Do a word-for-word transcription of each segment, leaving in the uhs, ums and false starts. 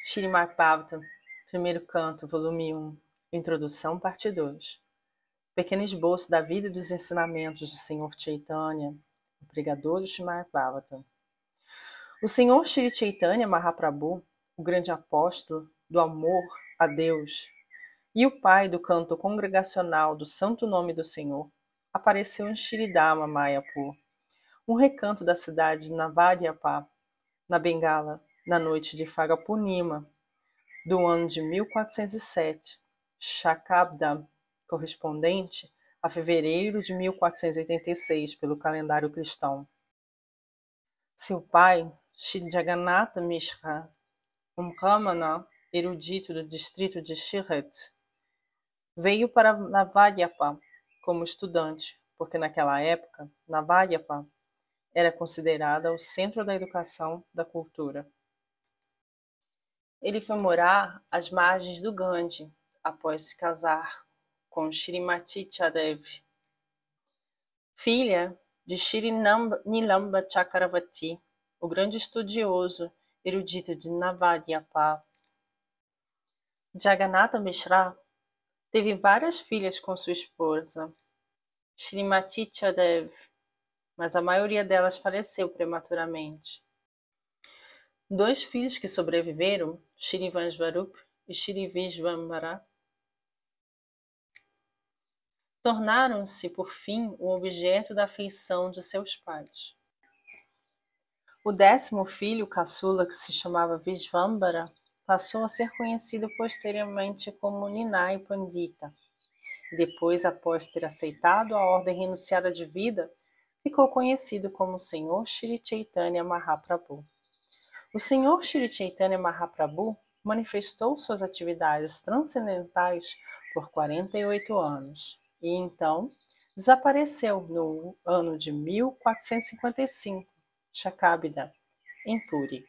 Śrīmad Bhagavatam, primeiro canto, volume um, Introdução, parte dois. Pequeno esboço da vida e dos ensinamentos do Senhor Chaitanya, o pregador do Śrīmad Bhagavatam. O Senhor Shri Chaitanya Mahaprabhu, o grande apóstolo do amor a Deus e o pai do canto congregacional do Santo Nome do Senhor, apareceu em Shridama Mayapur, um recanto da cidade de Navadvipa, na Bengala, na noite de Phaga Purnima, do ano de mil quatrocentos e sete, Shakabda, correspondente a fevereiro de mil quatrocentos e oitenta e seis, pelo calendário cristão. Seu pai, Shri Jagannatha Mishra, um brahmana erudito do distrito de Shirat, veio para Navadvipa como estudante, porque naquela época, Navadvipa era considerada o centro da educação da cultura. Ele foi morar às margens do Gange, após se casar com Shrimati Chadevi, filha de Shri Nilamba Chakravarti, o grande estudioso erudito de Navadvipa. Jagannatha Mishra teve várias filhas com sua esposa, Shrimati Chadevi, mas a maioria delas faleceu prematuramente. Dois filhos que sobreviveram, Shri Vanshvarup e Shri Vishvambara, tornaram-se, por fim, o objeto da afeição de seus pais. O décimo filho, caçula, que se chamava Vishvambara, passou a ser conhecido posteriormente como Ninai Pandita. Depois, após ter aceitado a ordem renunciada de vida, ficou conhecido como Senhor Shri Chaitanya Mahaprabhu. O Senhor Shri Chaitanya Mahaprabhu manifestou suas atividades transcendentais por quarenta e oito anos e então desapareceu no ano de mil quatrocentos e cinquenta e cinco, Shakabda, em Puri.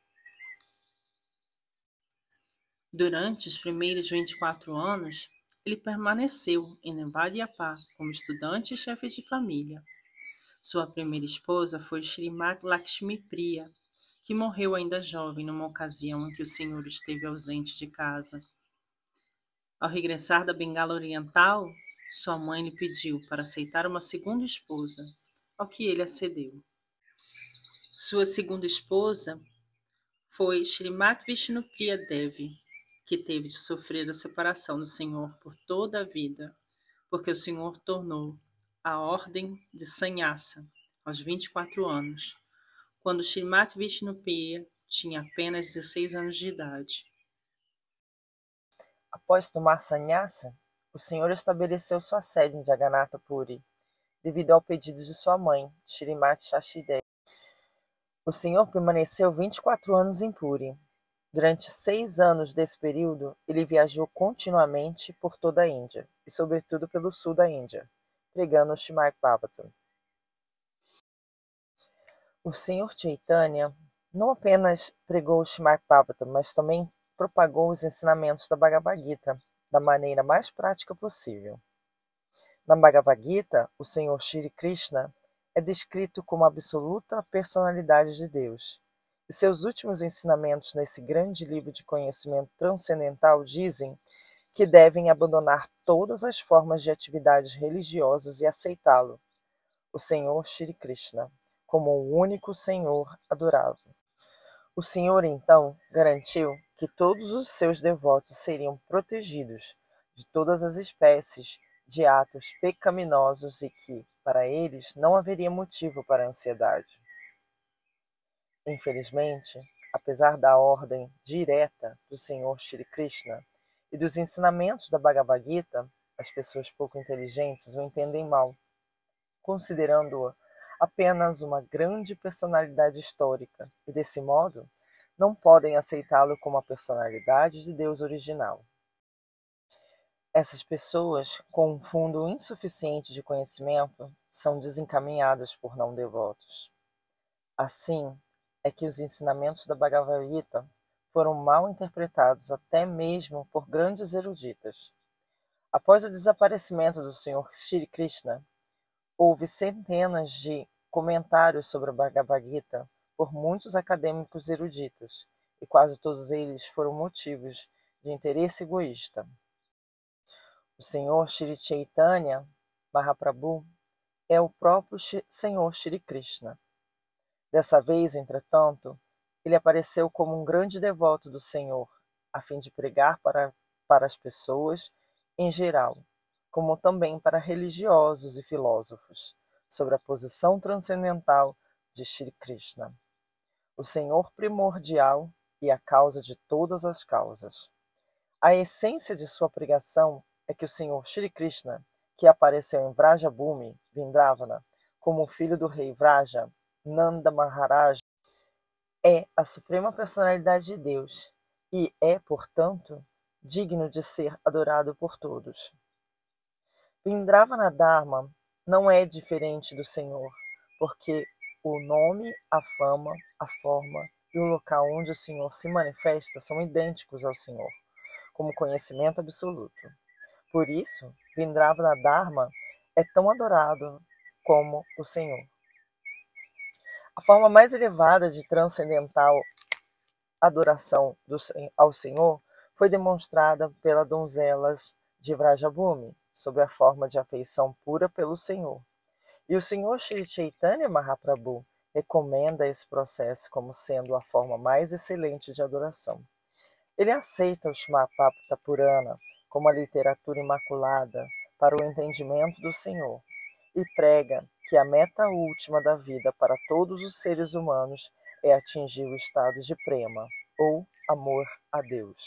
Durante os primeiros vinte e quatro anos, ele permaneceu em Navadvipa como estudante e chefe de família. Sua primeira esposa foi Shrimati Lakshmi Priya, que morreu ainda jovem numa ocasião em que o senhor esteve ausente de casa. Ao regressar da Bengala Oriental, sua mãe lhe pediu para aceitar uma segunda esposa, ao que ele acedeu. Sua segunda esposa foi Shrimati Vishnupriya Devi, que teve de sofrer a separação do senhor por toda a vida, porque o senhor tornou a ordem de sannyasa aos vinte e quatro anos, quando Shrimati Vishnupriya tinha apenas dezesseis anos de idade. Após tomar sannyasa, o senhor estabeleceu sua sede em Jagannatha Puri, devido ao pedido de sua mãe, Shrimati Shashi Devi. O senhor permaneceu vinte e quatro anos em Puri. Durante seis anos desse período, ele viajou continuamente por toda a Índia, e sobretudo pelo sul da Índia, pregando o Śrīmad Bhagavatam. O senhor Chaitanya não apenas pregou o Śrīmad Bhagavatam, mas também propagou os ensinamentos da Bhagavad Gita da maneira mais prática possível. Na Bhagavad Gita, o Senhor Shri Krishna é descrito como a absoluta personalidade de Deus, e seus últimos ensinamentos nesse grande livro de conhecimento transcendental dizem que devem abandonar todas as formas de atividades religiosas e aceitá-lo, o Senhor Shri Krishna, como o único Senhor adorável. O Senhor, então, garantiu que todos os seus devotos seriam protegidos de todas as espécies de atos pecaminosos e que, para eles, não haveria motivo para ansiedade. Infelizmente, apesar da ordem direta do Senhor Shri Krishna e dos ensinamentos da Bhagavad Gita, as pessoas pouco inteligentes o entendem mal, considerando-o apenas uma grande personalidade histórica e, desse modo, não podem aceitá-lo como a personalidade de Deus original. Essas pessoas, com um fundo insuficiente de conhecimento, são desencaminhadas por não devotos. Assim é que os ensinamentos da Bhagavad Gita foram mal interpretados até mesmo por grandes eruditas. Após o desaparecimento do Senhor Shri Krishna, houve centenas de comentários sobre a Bhagavad Gita por muitos acadêmicos eruditos, e quase todos eles foram motivos de interesse egoísta. O Senhor Shri Chaitanya Mahaprabhu é o próprio Senhor Shri Krishna. Dessa vez, entretanto, ele apareceu como um grande devoto do Senhor, a fim de pregar para, para as pessoas em geral, como também para religiosos e filósofos, sobre a posição transcendental de Shri Krishna, o Senhor primordial e a causa de todas as causas. A essência de sua pregação é que o Senhor Shri Krishna, que apareceu em Vrajabhumi, Vrindavana, como o filho do rei Vraja, Nanda Maharaj, é a suprema personalidade de Deus e é, portanto, digno de ser adorado por todos. Vrindavana Dharma não é diferente do Senhor, porque o nome, a fama, a forma e o local onde o Senhor se manifesta são idênticos ao Senhor, como conhecimento absoluto. Por isso, Vrindavana Dharma é tão adorado como o Senhor. A forma mais elevada de transcendental adoração do, ao Senhor foi demonstrada pelas donzelas de Vrajabhumi, sob a forma de afeição pura pelo Senhor. E o Senhor Shri Chaitanya Mahaprabhu recomenda esse processo como sendo a forma mais excelente de adoração. Ele aceita o Shrimad-Bhagavata Purana como a literatura imaculada para o entendimento do Senhor e prega que a meta última da vida para todos os seres humanos é atingir o estado de prema, ou amor a Deus.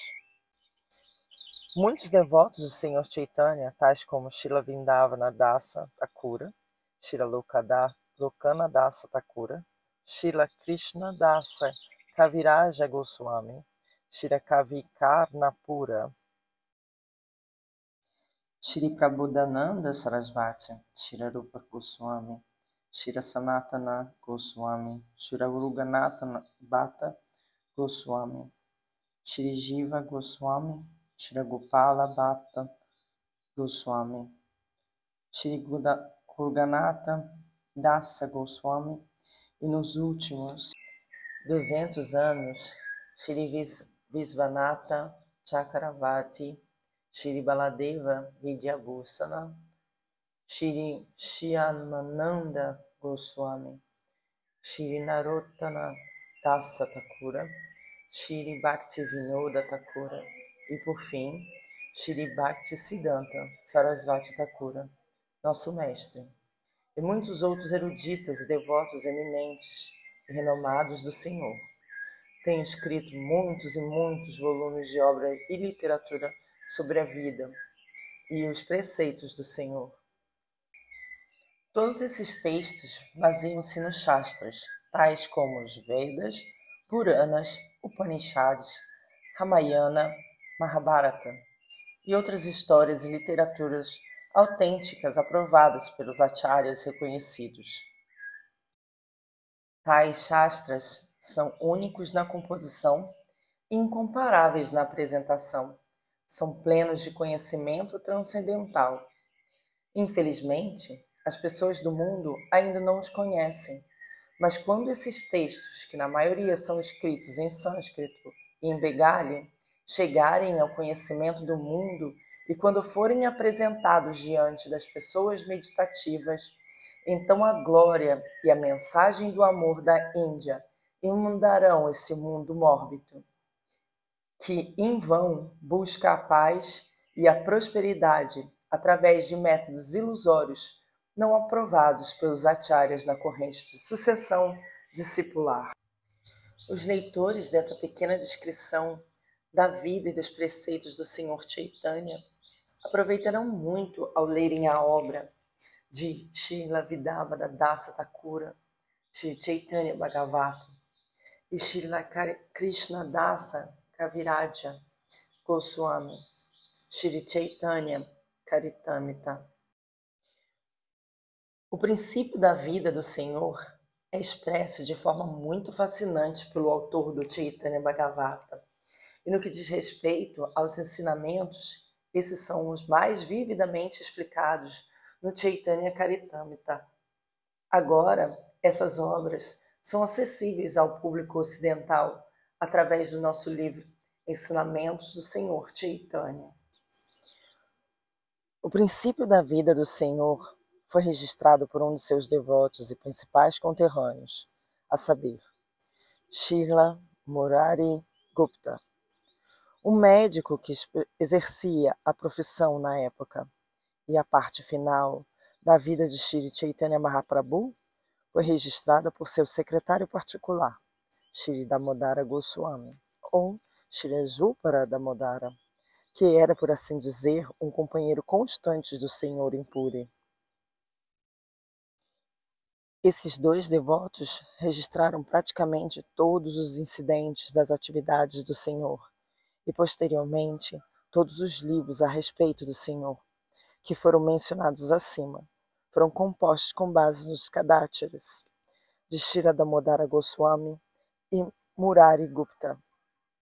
Muitos devotos do Senhor Chaitanya, tais como Srila Vrindavana Dasa Thakura, Srila Lokana Dasa Thakura, Srila Krishna Dasa Kaviraja Goswami, Srila Kavi Karnapura, Shri Prabodhananda Sarasvati, Shri Rupa Goswami, Shri Sanatana Goswami, Shri Ruganatha Bhatta Goswami, Shri Jiva Goswami, Shri Gopala Bhatta Goswami, Shri Ruganatha Dasa Goswami e nos últimos duzentos anos, Shri Visvanatha Chakravarti, Shri Baladeva Vidyabhusana, Shri Shyamananda Goswami, Shri Narottana Dasa Thakura, Shri Bhaktivinoda Thakura e, por fim, Shri Bhaktisiddhanta Sarasvati Thakura, nosso mestre, e muitos outros eruditas e devotos eminentes e renomados do Senhor. Tem escrito muitos e muitos volumes de obra e literatura sobre a vida e os preceitos do Senhor. Todos esses textos baseiam-se nos Shastras, tais como os Vedas, Puranas, Upanishads, Ramayana, Mahabharata e outras histórias e literaturas autênticas aprovadas pelos acharyas reconhecidos. Tais Shastras são únicos na composição e incomparáveis na apresentação. São plenos de conhecimento transcendental. Infelizmente, as pessoas do mundo ainda não os conhecem, mas quando esses textos, que na maioria são escritos em sânscrito e em bengali, chegarem ao conhecimento do mundo e quando forem apresentados diante das pessoas meditativas, então a glória e a mensagem do amor da Índia inundarão esse mundo mórbido, que em vão busca a paz e a prosperidade através de métodos ilusórios não aprovados pelos acharyas na corrente de sucessão discipular. Os leitores dessa pequena descrição da vida e dos preceitos do Senhor Chaitanya aproveitarão muito ao lerem a obra de Srila Vidavada Dasa Thakura, Shri Chaitanya Bhagavata e Srila Krishna Dasa Kaviraja Goswami, Shri Chaitanya Charitamrita. O princípio da vida do Senhor é expresso de forma muito fascinante pelo autor do Chaitanya Bhagavata. E no que diz respeito aos ensinamentos, esses são os mais vividamente explicados no Chaitanya Charitamrita. Agora, essas obras são acessíveis ao público ocidental através do nosso livro Ensinamentos do Senhor Chaitanya. O princípio da vida do Senhor foi registrado por um de seus devotos e principais conterrâneos, a saber, Srila Murari Gupta, um médico que exercia a profissão na época, e a parte final da vida de Shri Chaitanya Mahaprabhu foi registrada por seu secretário particular, Shri Damodara Goswami, ou Shri Jupara Damodara, que era, por assim dizer, um companheiro constante do Senhor em Puri. Esses dois devotos registraram praticamente todos os incidentes das atividades do Senhor e, posteriormente, todos os livros a respeito do Senhor, que foram mencionados acima, foram compostos com base nos Kadacharas de Shri Damodara Goswami e Murari Gupta.